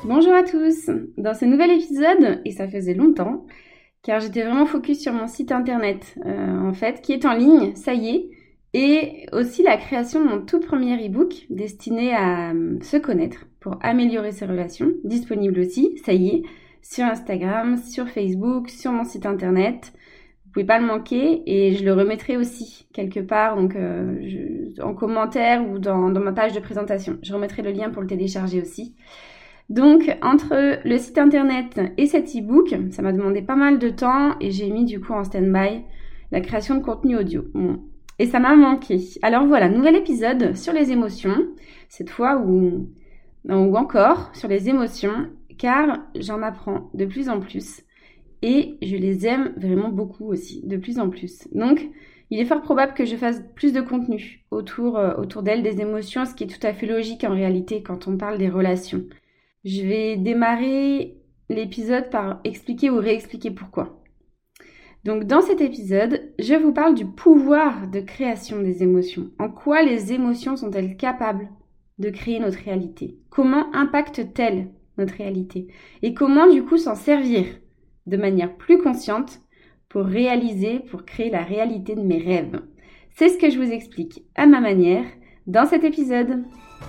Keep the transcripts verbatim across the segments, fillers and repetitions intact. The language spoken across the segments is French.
Bonjour à tous. Dans ce nouvel épisode, et ça faisait longtemps, car j'étais vraiment focus sur mon site internet, euh, en fait, qui est en ligne, ça y est, et aussi la création de mon tout premier e-book destiné à euh, se connaître pour améliorer ses relations, disponible aussi, ça y est, sur Instagram, sur Facebook, sur mon site internet. Vous pouvez pas le manquer et je le remettrai aussi quelque part, donc euh, je, en commentaire ou dans, dans ma page de présentation. Je remettrai le lien pour le télécharger aussi. Donc, entre le site internet et cet e-book, ça m'a demandé pas mal de temps et j'ai mis du coup en stand-by la création de contenu audio. Bon. Et ça m'a manqué. Alors voilà, nouvel épisode sur les émotions, cette fois ou, ou encore sur les émotions, car j'en apprends de plus en plus et je les aime vraiment beaucoup aussi, de plus en plus. Donc, il est fort probable que je fasse plus de contenu autour, euh, autour d'elles, des émotions, ce qui est tout à fait logique en réalité quand on parle des relations. Je vais démarrer l'épisode par expliquer ou réexpliquer pourquoi. Donc dans cet épisode, je vous parle du pouvoir de création des émotions. En quoi les émotions sont-elles capables de créer notre réalité? Comment impactent-elles notre réalité? Et comment du coup s'en servir de manière plus consciente pour réaliser, pour créer la réalité de mes rêves? C'est ce que je vous explique à ma manière dans cet épisode.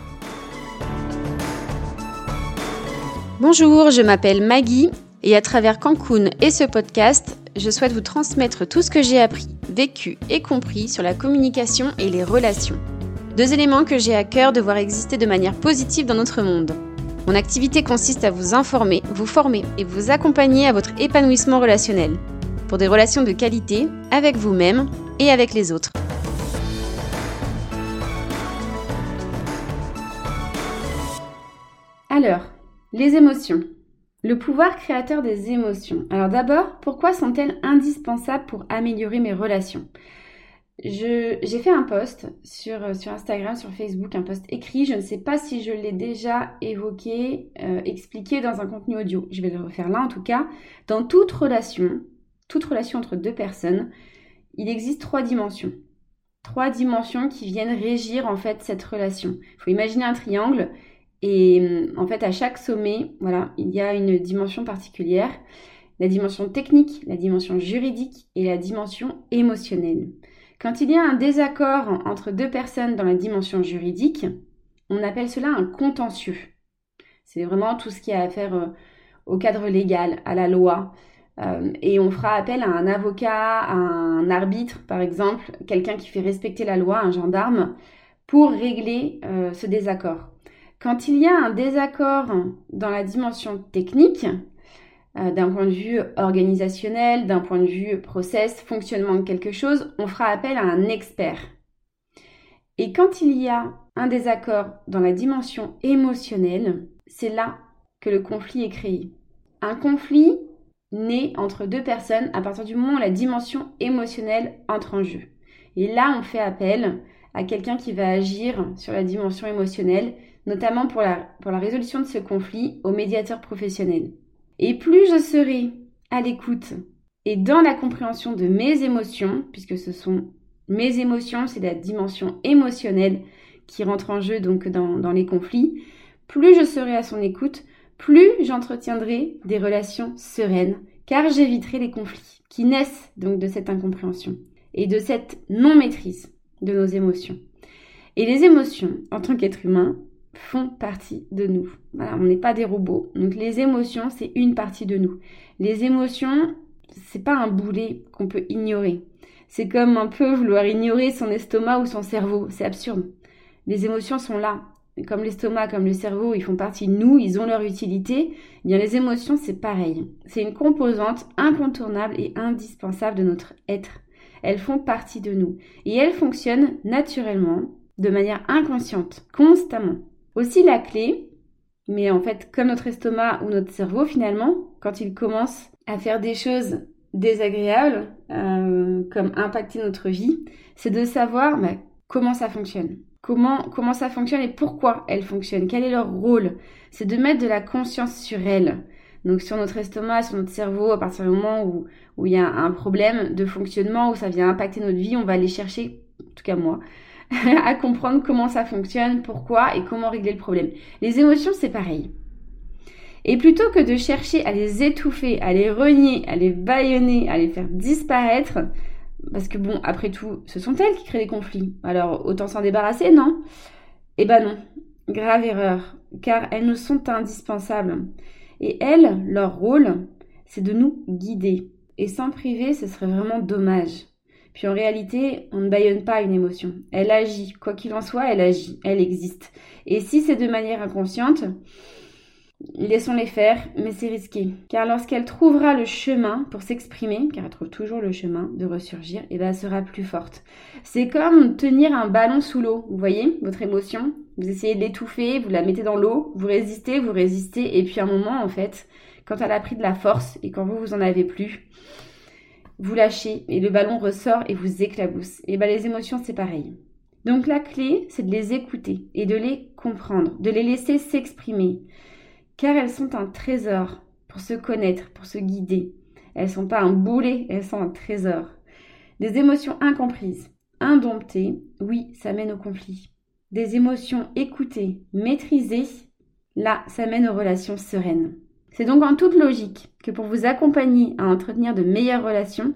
Bonjour, je m'appelle Maggie et à travers Cancun et ce podcast, je souhaite vous transmettre tout ce que j'ai appris, vécu et compris sur la communication et les relations. Deux éléments que j'ai à cœur de voir exister de manière positive dans notre monde. Mon activité consiste à vous informer, vous former et vous accompagner à votre épanouissement relationnel pour des relations de qualité avec vous-même et avec les autres. Alors, les émotions. Le pouvoir créateur des émotions. Alors d'abord, pourquoi sont-elles indispensables pour améliorer mes relations ? Je, j'ai fait un post sur, sur Instagram, sur Facebook, un post écrit. Je ne sais pas si je l'ai déjà évoqué, euh, expliqué dans un contenu audio. Je vais le refaire là en tout cas. Dans toute relation, toute relation entre deux personnes, il existe trois dimensions. Trois dimensions qui viennent régir en fait cette relation. Il faut imaginer un triangle. Et en fait, à chaque sommet, voilà, il y a une dimension particulière, la dimension technique, la dimension juridique et la dimension émotionnelle. Quand il y a un désaccord entre deux personnes dans la dimension juridique, on appelle cela un contentieux. C'est vraiment tout ce qui a à faire au cadre légal, à la loi. Et on fera appel à un avocat, à un arbitre, par exemple, quelqu'un qui fait respecter la loi, un gendarme, pour régler ce désaccord. Quand il y a un désaccord dans la dimension technique, euh, d'un point de vue organisationnel, d'un point de vue process, fonctionnement de quelque chose, on fera appel à un expert. Et quand il y a un désaccord dans la dimension émotionnelle, c'est là que le conflit est créé. Un conflit naît entre deux personnes à partir du moment où la dimension émotionnelle entre en jeu. Et là, on fait appel à quelqu'un qui va agir sur la dimension émotionnelle, notamment pour la, pour la résolution de ce conflit au médiateur professionnel. Et plus je serai à l'écoute et dans la compréhension de mes émotions, puisque ce sont mes émotions, c'est la dimension émotionnelle qui rentre en jeu donc dans, dans les conflits, plus je serai à son écoute, plus j'entretiendrai des relations sereines, car j'éviterai les conflits qui naissent donc de cette incompréhension et de cette non-maîtrise de nos émotions. Et les émotions, en tant qu'être humain, font partie de nous. Voilà, on n'est pas des robots. Donc les émotions, c'est une partie de nous. Les émotions, c'est pas un boulet qu'on peut ignorer. C'est comme un peu vouloir ignorer son estomac ou son cerveau. C'est absurde. Les émotions sont là. Et comme l'estomac, comme le cerveau, ils font partie de nous, ils ont leur utilité. Eh bien, les émotions, c'est pareil. C'est une composante incontournable et indispensable de notre être. Elles font partie de nous. Et elles fonctionnent naturellement, de manière inconsciente, constamment. Aussi la clé, mais en fait comme notre estomac ou notre cerveau finalement, quand il commence à faire des choses désagréables, euh, comme impacter notre vie, c'est de savoir bah, comment ça fonctionne. Comment, comment ça fonctionne et pourquoi elles fonctionnent, quel est leur rôle. C'est de mettre de la conscience sur elles. Donc sur notre estomac, sur notre cerveau, à partir du moment où, où il y a un problème de fonctionnement, où ça vient impacter notre vie, on va aller chercher, en tout cas moi, à comprendre comment ça fonctionne, pourquoi et comment régler le problème. Les émotions, c'est pareil. Et plutôt que de chercher à les étouffer, à les renier, à les bâillonner, à les faire disparaître, parce que bon, après tout, ce sont elles qui créent des conflits. Alors, autant s'en débarrasser, non ? Eh ben non, grave erreur, car elles nous sont indispensables. Et elles, leur rôle, c'est de nous guider. Et s'en priver, ce serait vraiment dommage. Puis en réalité, on ne bâillonne pas une émotion. Elle agit, quoi qu'il en soit, elle agit, elle existe. Et si c'est de manière inconsciente, laissons-les faire, mais c'est risqué. Car lorsqu'elle trouvera le chemin pour s'exprimer, car elle trouve toujours le chemin de ressurgir, et ben elle sera plus forte. C'est comme tenir un ballon sous l'eau. Vous voyez, votre émotion, vous essayez de l'étouffer, vous la mettez dans l'eau, vous résistez, vous résistez, et puis à un moment, en fait, quand elle a pris de la force, et quand vous, vous en avez plus, vous lâchez, et le ballon ressort et vous éclabousse. Et ben les émotions, c'est pareil. Donc la clé, c'est de les écouter, et de les comprendre, de les laisser s'exprimer. Car elles sont un trésor pour se connaître, pour se guider. Elles ne sont pas un boulet, elles sont un trésor. Des émotions incomprises, indomptées, oui, ça mène au conflit. Des émotions écoutées, maîtrisées, là, ça mène aux relations sereines. C'est donc en toute logique que pour vous accompagner à entretenir de meilleures relations,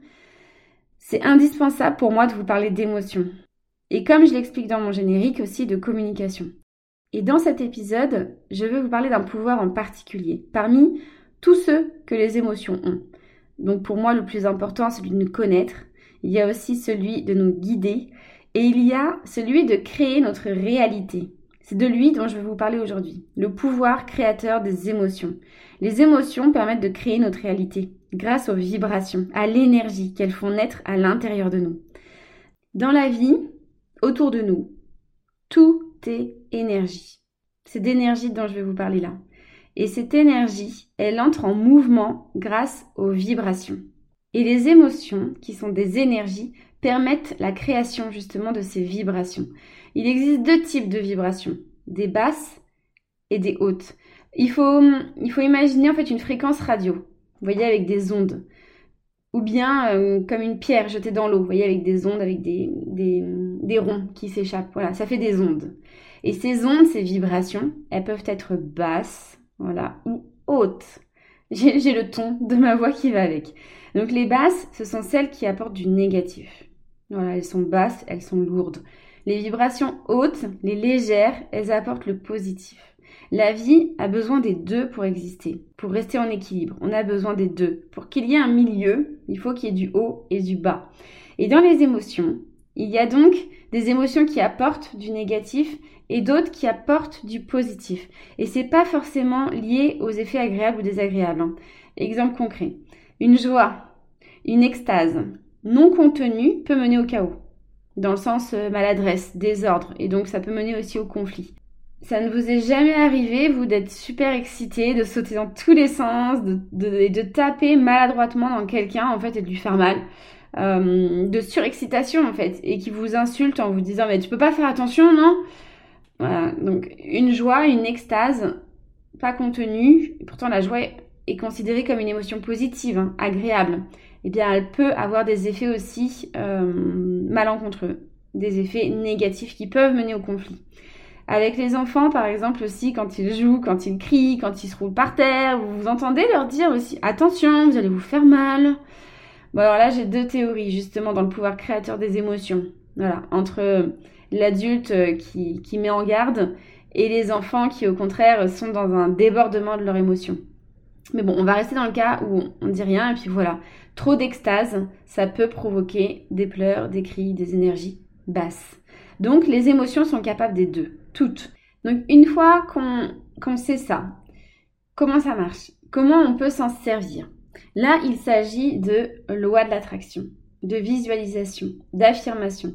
c'est indispensable pour moi de vous parler d'émotions. Et comme je l'explique dans mon générique aussi, de communication. Et dans cet épisode, je vais vous parler d'un pouvoir en particulier, parmi tous ceux que les émotions ont. Donc pour moi, le plus important, c'est de nous connaître. Il y a aussi celui de nous guider. Et il y a celui de créer notre réalité. C'est de lui dont je vais vous parler aujourd'hui. Le pouvoir créateur des émotions. Les émotions permettent de créer notre réalité grâce aux vibrations, à l'énergie qu'elles font naître à l'intérieur de nous. Dans la vie, autour de nous, tout est énergie. C'est d'énergie dont je vais vous parler là. Et cette énergie, elle entre en mouvement grâce aux vibrations. Et les émotions, qui sont des énergies, permettent la création justement de ces vibrations. Il existe deux types de vibrations, des basses et des hautes. Il faut, il faut imaginer en fait une fréquence radio, vous voyez, avec des ondes. Ou bien euh, comme une pierre jetée dans l'eau, vous voyez, avec des ondes, avec des, des, des ronds qui s'échappent. Voilà, ça fait des ondes. Et ces ondes, ces vibrations, elles peuvent être basses, voilà, ou hautes. J'ai, j'ai le ton de ma voix qui va avec. Donc les basses, ce sont celles qui apportent du négatif. Voilà, elles sont basses, elles sont lourdes. Les vibrations hautes, les légères, elles apportent le positif. La vie a besoin des deux pour exister, pour rester en équilibre. On a besoin des deux. Pour qu'il y ait un milieu, il faut qu'il y ait du haut et du bas. Et dans les émotions, il y a donc des émotions qui apportent du négatif et d'autres qui apportent du positif. Et c'est pas forcément lié aux effets agréables ou désagréables. Hein. Exemple concret. Une joie, une extase non contenue peut mener au chaos. Dans le sens euh, maladresse, désordre. Et donc ça peut mener aussi au conflit. Ça ne vous est jamais arrivé, vous, d'être super excité, de sauter dans tous les sens, de, de, de taper maladroitement dans quelqu'un, en fait, et de lui faire mal. Euh, de surexcitation, en fait, et qui vous insulte en vous disant « Mais tu peux pas faire attention, non ?» Voilà, donc une joie, une extase, pas contenue, et pourtant la joie est considérée comme une émotion positive, hein, agréable. Eh bien, elle peut avoir des effets aussi euh, malencontreux, des effets négatifs qui peuvent mener au conflit. Avec les enfants, par exemple, aussi, quand ils jouent, quand ils crient, quand ils se roulent par terre, vous, vous entendez leur dire aussi « Attention, vous allez vous faire mal ». Bon, alors là, j'ai deux théories, justement, dans le pouvoir créateur des émotions. Voilà, entre l'adulte qui, qui met en garde et les enfants qui, au contraire, sont dans un débordement de leurs émotions. Mais bon, on va rester dans le cas où on ne dit rien, et puis voilà. Trop d'extase, ça peut provoquer des pleurs, des cris, des énergies basses. Donc, les émotions sont capables des deux, toutes. Donc, une fois qu'on, qu'on sait ça, comment ça marche ? Comment on peut s'en servir ? Là, il s'agit de loi de l'attraction, de visualisation, d'affirmation.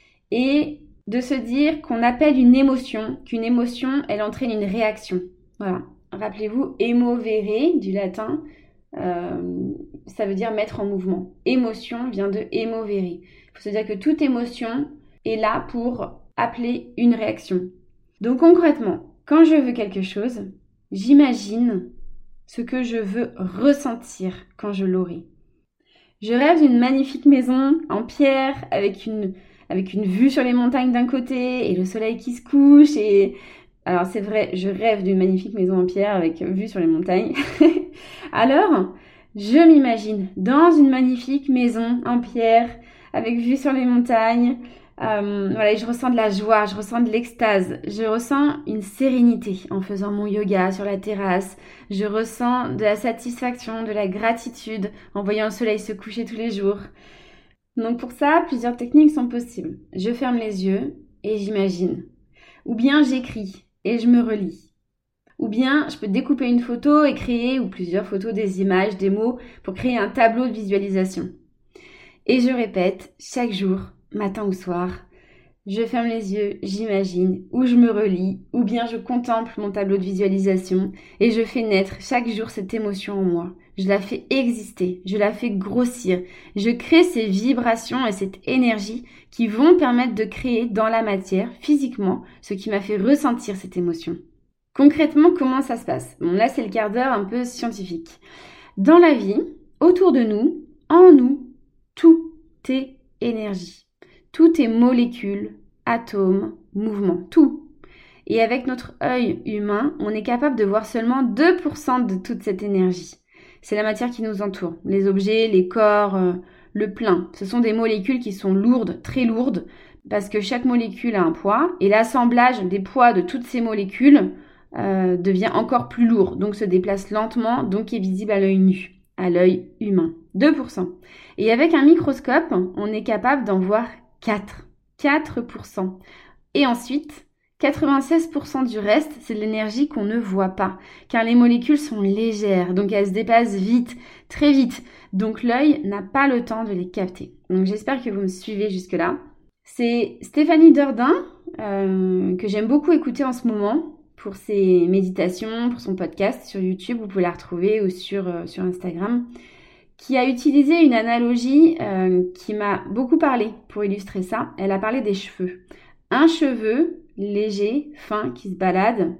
Et de se dire qu'on appelle une émotion, qu'une émotion, elle entraîne une réaction. Voilà. Rappelez-vous, emovere, du latin, euh, ça veut dire mettre en mouvement. Émotion vient de emovere. Il faut se dire que toute émotion est là pour appeler une réaction. Donc concrètement, quand je veux quelque chose, j'imagine ce que je veux ressentir quand je l'aurai. Je rêve d'une magnifique maison en pierre avec une, avec une vue sur les montagnes d'un côté et le soleil qui se couche et Alors c'est vrai, je rêve d'une magnifique maison en pierre avec vue sur les montagnes. Alors, je m'imagine dans une magnifique maison en pierre avec vue sur les montagnes. Euh, voilà, et je ressens de la joie, je ressens de l'extase, je ressens une sérénité en faisant mon yoga sur la terrasse. Je ressens de la satisfaction, de la gratitude en voyant le soleil se coucher tous les jours. Donc pour ça, plusieurs techniques sont possibles. Je ferme les yeux et j'imagine. Ou bien j'écris et je me relis. Ou bien je peux découper une photo et créer, ou plusieurs photos, des images, des mots, pour créer un tableau de visualisation. Et je répète chaque jour, matin ou soir. Je ferme les yeux, j'imagine, ou je me relis, ou bien je contemple mon tableau de visualisation et je fais naître chaque jour cette émotion en moi. Je la fais exister, je la fais grossir. Je crée ces vibrations et cette énergie qui vont permettre de créer dans la matière, physiquement, ce qui m'a fait ressentir cette émotion. Concrètement, comment ça se passe? Bon, là, c'est le quart d'heure un peu scientifique. Dans la vie, autour de nous, en nous, tout est énergie. Tout est molécules, atomes, mouvements, tout. Et avec notre œil humain, on est capable de voir seulement deux pour cent de toute cette énergie. C'est la matière qui nous entoure, les objets, les corps, euh, le plein. Ce sont des molécules qui sont lourdes, très lourdes, parce que chaque molécule a un poids, et l'assemblage des poids de toutes ces molécules euh, devient encore plus lourd, donc se déplace lentement, donc est visible à l'œil nu, à l'œil humain. deux pour cent. Et avec un microscope, on est capable d'en voir quatre. quatre pour cent. Et ensuite, quatre-vingt-seize pour cent du reste, c'est de l'énergie qu'on ne voit pas, car les molécules sont légères, donc elles se déplacent vite, très vite. Donc l'œil n'a pas le temps de les capter. Donc j'espère que vous me suivez jusque-là. C'est Stéphanie Dordain, euh, que j'aime beaucoup écouter en ce moment, pour ses méditations, pour son podcast sur YouTube, vous pouvez la retrouver, ou sur, euh, sur Instagram, qui a utilisé une analogie euh, qui m'a beaucoup parlé pour illustrer ça. Elle a parlé des cheveux. Un cheveu léger, fin, qui se balade,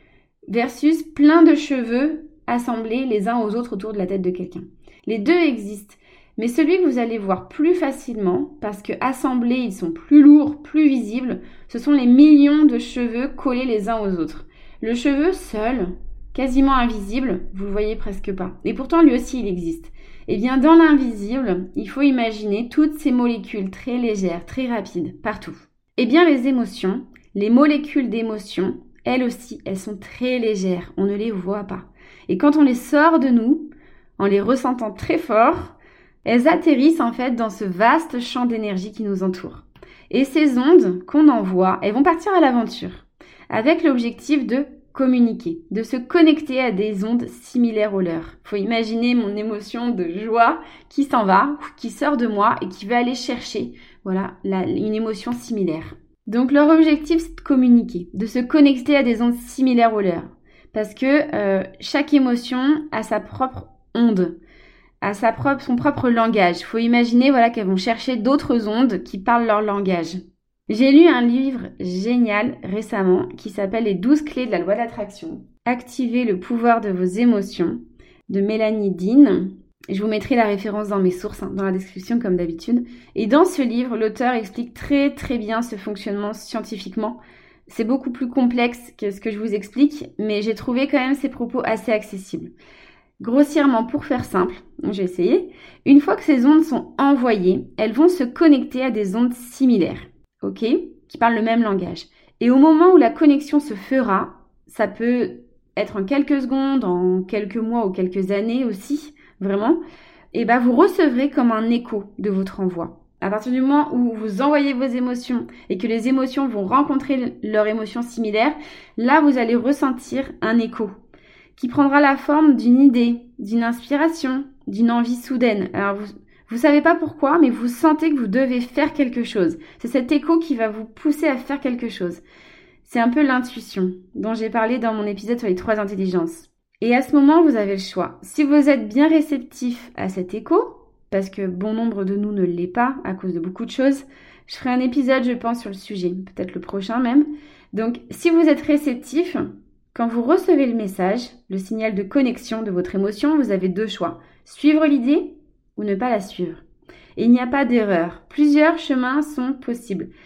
versus plein de cheveux assemblés les uns aux autres autour de la tête de quelqu'un. Les deux existent, mais celui que vous allez voir plus facilement, parce que assemblés, ils sont plus lourds, plus visibles, ce sont les millions de cheveux collés les uns aux autres. Le cheveu seul, quasiment invisible, vous le voyez presque pas. Et pourtant, lui aussi, il existe. Eh bien, dans l'invisible, il faut imaginer toutes ces molécules très légères, très rapides, partout. Eh bien, les émotions, les molécules d'émotions, elles aussi, elles sont très légères. On ne les voit pas. Et quand on les sort de nous, en les ressentant très fort, elles atterrissent en fait dans ce vaste champ d'énergie qui nous entoure. Et ces ondes qu'on envoie, elles vont partir à l'aventure, avec l'objectif de communiquer, de se connecter à des ondes similaires aux leurs. Il faut imaginer mon émotion de joie qui s'en va, qui sort de moi et qui va aller chercher, voilà, la, une émotion similaire. Donc leur objectif, c'est de communiquer, de se connecter à des ondes similaires aux leurs, parce que euh, chaque émotion a sa propre onde, a sa propre, son propre langage. Il faut imaginer, voilà, qu'elles vont chercher d'autres ondes qui parlent leur langage. J'ai lu un livre génial récemment qui s'appelle « Les douze clés de la loi d'attraction. Activez le pouvoir de vos émotions » de Mélanie Dean. Je vous mettrai la référence dans mes sources, hein, dans la description comme d'habitude. Et dans ce livre, l'auteur explique très très bien ce fonctionnement scientifiquement. C'est beaucoup plus complexe que ce que je vous explique, mais j'ai trouvé quand même ses propos assez accessibles. Grossièrement, pour faire simple, j'ai essayé, une fois que ces ondes sont envoyées, elles vont se connecter à des ondes similaires. Ok, qui parlent le même langage. Et au moment où la connexion se fera, ça peut être en quelques secondes, en quelques mois ou quelques années aussi, vraiment, et ben vous recevrez comme un écho de votre envoi. À partir du moment où vous envoyez vos émotions et que les émotions vont rencontrer leurs émotions similaires, là vous allez ressentir un écho qui prendra la forme d'une idée, d'une inspiration, d'une envie soudaine. Alors vous Vous savez pas pourquoi, mais vous sentez que vous devez faire quelque chose. C'est cet écho qui va vous pousser à faire quelque chose. C'est un peu l'intuition dont j'ai parlé dans mon épisode sur les trois intelligences. Et à ce moment, vous avez le choix. Si vous êtes bien réceptif à cet écho, parce que bon nombre de nous ne l'est pas à cause de beaucoup de choses, je ferai un épisode, je pense, sur le sujet, peut-être le prochain même. Donc, si vous êtes réceptif, quand vous recevez le message, le signal de connexion de votre émotion, vous avez deux choix. Suivre l'idée ou ne pas la suivre. Et il n'y a pas d'erreur. Plusieurs chemins sont possibles.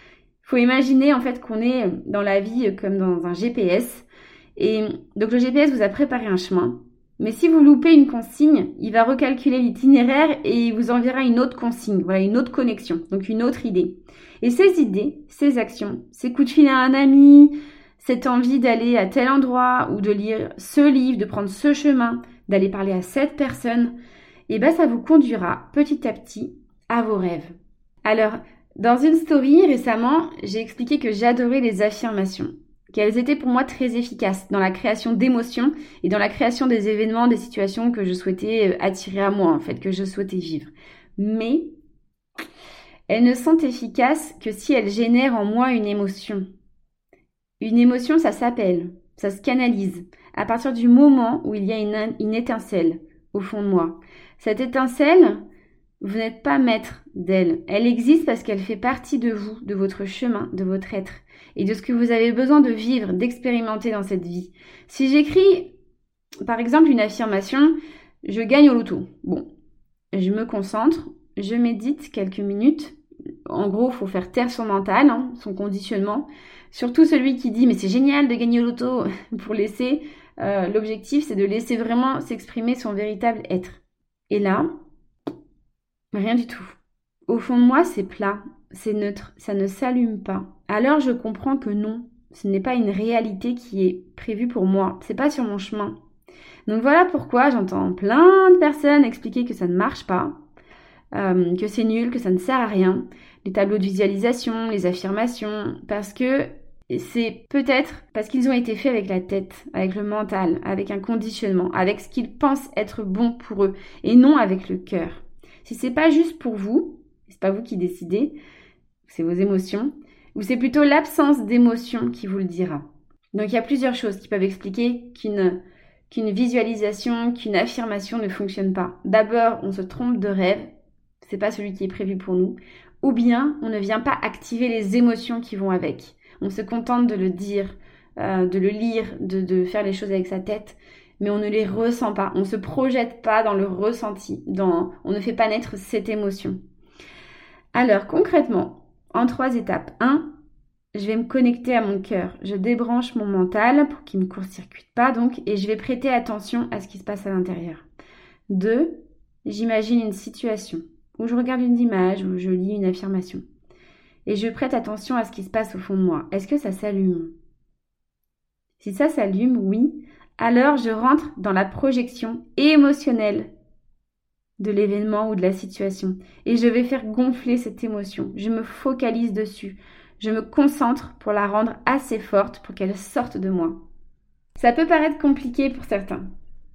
faut imaginer en fait qu'on est dans la vie comme dans un G P S. Et donc le G P S vous a préparé un chemin. Mais si vous loupez une consigne, il va recalculer l'itinéraire et il vous enverra une autre consigne, voilà, une autre connexion, donc une autre idée. Et ces idées, ces actions, ces coups de fil à un ami, cette envie d'aller à tel endroit ou de lire ce livre, de prendre ce chemin, d'aller parler à cette personne, et ben ça vous conduira petit à petit à vos rêves. Alors, dans une story récemment, j'ai expliqué que j'adorais les affirmations, qu'elles étaient pour moi très efficaces dans la création d'émotions et dans la création des événements, des situations que je souhaitais attirer à moi, en fait, que je souhaitais vivre. Mais elles ne sont efficaces que si elles génèrent en moi une émotion. Une émotion, ça s'appelle, ça se canalise à partir du moment où il y a une, une étincelle au fond de moi. Cette étincelle, vous n'êtes pas maître d'elle. Elle existe parce qu'elle fait partie de vous, de votre chemin, de votre être et de ce que vous avez besoin de vivre, d'expérimenter dans cette vie. Si j'écris, par exemple, une affirmation, je gagne au loto. Bon, je me concentre, je médite quelques minutes. En gros, il faut faire taire son mental, hein, son conditionnement. Surtout celui qui dit « mais c'est génial de gagner au loto » pour laisser, euh, l'objectif, c'est de laisser vraiment s'exprimer son véritable être. Et là, rien du tout. Au fond de moi, c'est plat, c'est neutre, ça ne s'allume pas. Alors je comprends que non, ce n'est pas une réalité qui est prévue pour moi, c'est pas sur mon chemin. Donc voilà pourquoi j'entends plein de personnes expliquer que ça ne marche pas, euh, que c'est nul, que ça ne sert à rien, les tableaux de visualisation, les affirmations, parce que c'est peut-être parce qu'ils ont été faits avec la tête, avec le mental, avec un conditionnement, avec ce qu'ils pensent être bon pour eux, et non avec le cœur. Si c'est pas juste pour vous, c'est pas vous qui décidez, c'est vos émotions, ou c'est plutôt l'absence d'émotion qui vous le dira. Donc il y a plusieurs choses qui peuvent expliquer qu'une, qu'une visualisation, qu'une affirmation ne fonctionne pas. D'abord, on se trompe de rêve, c'est pas celui qui est prévu pour nous, ou bien on ne vient pas activer les émotions qui vont avec. On se contente de le dire, euh, de le lire, de, de faire les choses avec sa tête, mais on ne les ressent pas, on ne se projette pas dans le ressenti, dans, on ne fait pas naître cette émotion. Alors concrètement, en trois étapes. un. Je vais me connecter à mon cœur, je débranche mon mental pour qu'il ne me court-circuite pas donc, et je vais prêter attention à ce qui se passe à l'intérieur. deux. J'imagine une situation, où je regarde une image, où je lis une affirmation. Et je prête attention à ce qui se passe au fond de moi. Est-ce que ça s'allume ? Si ça s'allume, oui, alors je rentre dans la projection émotionnelle de l'événement ou de la situation. Et je vais faire gonfler cette émotion. Je me focalise dessus. Je me concentre pour la rendre assez forte pour qu'elle sorte de moi. Ça peut paraître compliqué pour certains.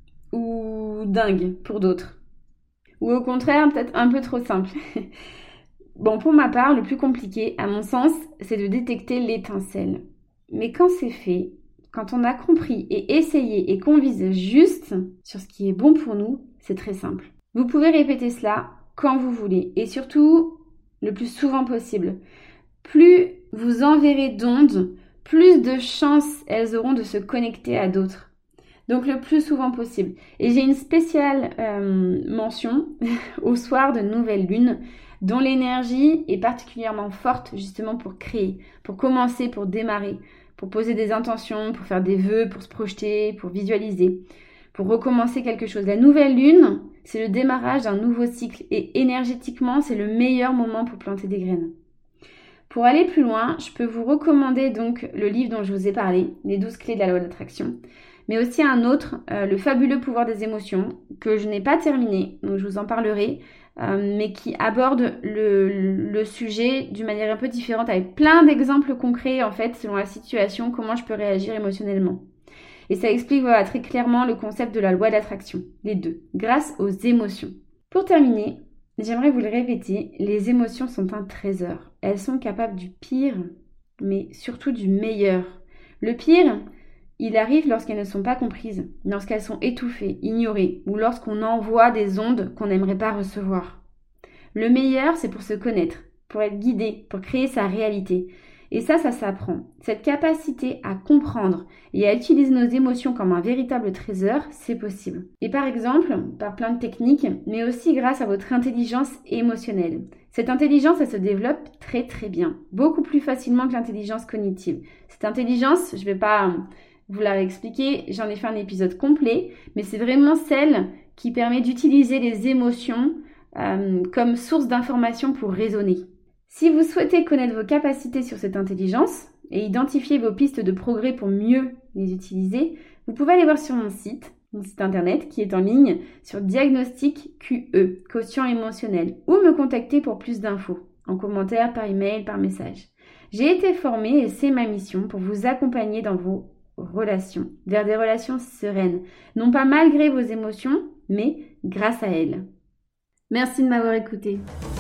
Ou dingue pour d'autres. Ou au contraire, peut-être un peu trop simple. Bon, pour ma part, le plus compliqué, à mon sens, c'est de détecter l'étincelle. Mais quand c'est fait, quand on a compris et essayé et qu'on vise juste sur ce qui est bon pour nous, c'est très simple. Vous pouvez répéter cela quand vous voulez et surtout le plus souvent possible. Plus vous enverrez d'ondes, plus de chances elles auront de se connecter à d'autres. Donc le plus souvent possible. Et j'ai une spéciale euh, mention au soir de nouvelle lune dont l'énergie est particulièrement forte justement pour créer, pour commencer, pour démarrer, pour poser des intentions, pour faire des vœux, pour se projeter, pour visualiser, pour recommencer quelque chose. La nouvelle lune, c'est le démarrage d'un nouveau cycle et énergétiquement, c'est le meilleur moment pour planter des graines. Pour aller plus loin, je peux vous recommander donc le livre dont je vous ai parlé, Les douze clés de la loi d'attraction, mais aussi un autre, euh, Le fabuleux pouvoir des émotions, que je n'ai pas terminé, donc je vous en parlerai, euh, mais qui aborde le, le sujet d'une manière un peu différente, avec plein d'exemples concrets en fait, selon la situation, comment je peux réagir émotionnellement. Et ça explique voilà, très clairement le concept de la loi d'attraction, les deux, grâce aux émotions. Pour terminer, j'aimerais vous le répéter, les émotions sont un trésor. Elles sont capables du pire, mais surtout du meilleur. Le pire, il arrive lorsqu'elles ne sont pas comprises, lorsqu'elles sont étouffées, ignorées, ou lorsqu'on envoie des ondes qu'on n'aimerait pas recevoir. Le meilleur, c'est pour se connaître, pour être guidé, pour créer sa réalité. Et ça, ça s'apprend. Cette capacité à comprendre et à utiliser nos émotions comme un véritable trésor, c'est possible. Et par exemple, par plein de techniques, mais aussi grâce à votre intelligence émotionnelle. Cette intelligence, elle se développe très très bien, beaucoup plus facilement que l'intelligence cognitive. Cette intelligence, je ne vais pas vous la réexpliquer, j'en ai fait un épisode complet, mais c'est vraiment celle qui permet d'utiliser les émotions euh, comme source d'information pour raisonner. Si vous souhaitez connaître vos capacités sur cette intelligence et identifier vos pistes de progrès pour mieux les utiliser, vous pouvez aller voir sur mon site, mon site internet qui est en ligne sur Diagnostic Q E, quotient émotionnel, ou me contacter pour plus d'infos, en commentaire, par email, par message. J'ai été formée et c'est ma mission pour vous accompagner dans vos relations, vers des relations sereines, non pas malgré vos émotions, mais grâce à elles. Merci de m'avoir écouté.